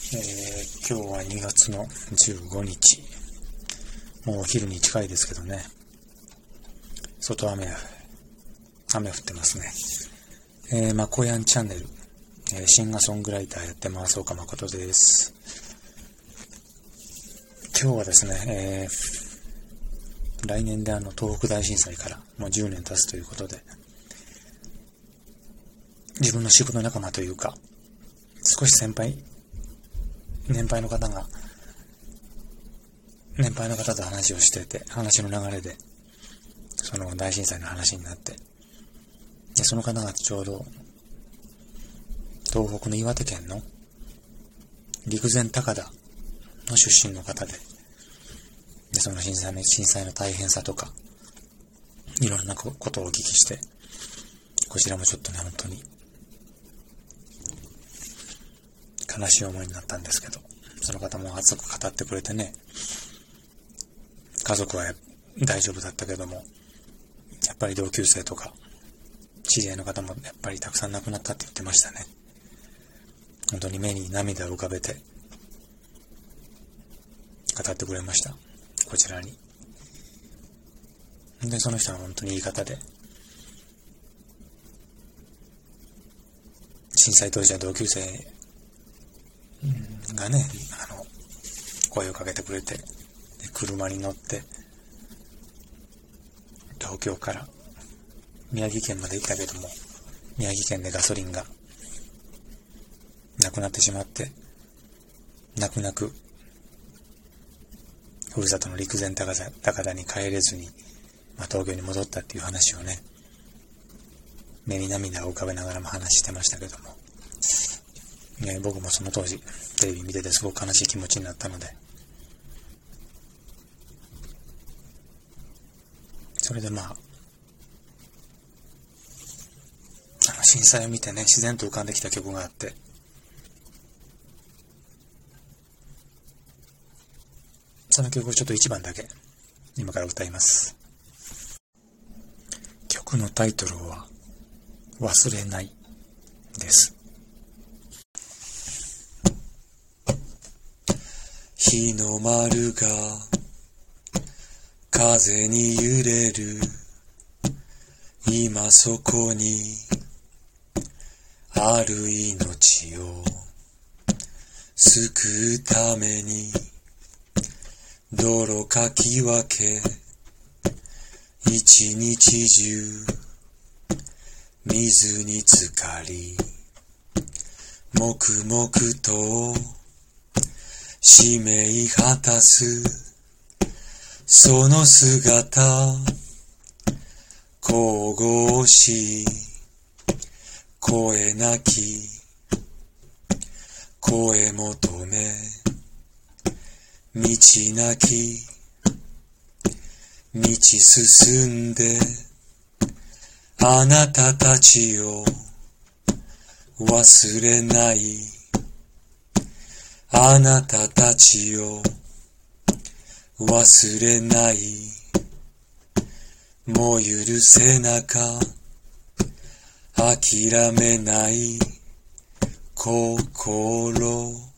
今日は2月の15日、もうお昼に近いですけどね、外雨降ってますね。まこやんチャンネル、シンガーソングライターやってます岡誠です。今日はですね、来年で東北大震災からもう10年経つということで、自分の仕事仲間というか、少し年配の方と話をしてて、話の流れでその大震災の話になって、でその方がちょうど東北の岩手県の陸前高田の出身の方で、その震災の大変さとかいろんなことをお聞きして、こちらもちょっとね、本当に悲しい思いになったんですけど、その方も熱く語ってくれてね、家族は大丈夫だったけども、やっぱり同級生とか知り合いの方もやっぱりたくさん亡くなったって言ってましたね。本当に目に涙を浮かべて語ってくれました、こちらに。でその人は本当にいい方で、震災当時は同級生がね、声をかけてくれて、車に乗って東京から宮城県まで行ったけども、宮城県でガソリンがなくなってしまって、泣く泣くふるさとの陸前高田に帰れずに、東京に戻ったっていう話をね、目に涙を浮かべながらも話してましたけども、僕もその当時テレビ見ててすごく悲しい気持ちになったので、それで震災を見てね、自然と浮かんできた曲があって、その曲をちょっと1番だけ今から歌います。曲のタイトルは忘れないです。日の丸が風に揺れる、今そこにある命を救うために、泥かき分け一日中水に浸かり、黙々と使命果たすその姿、神々しい声なき声求め、道なき道進んで、あなたたちを忘れない、あなたたちを忘れない、もう許せなか諦めない心。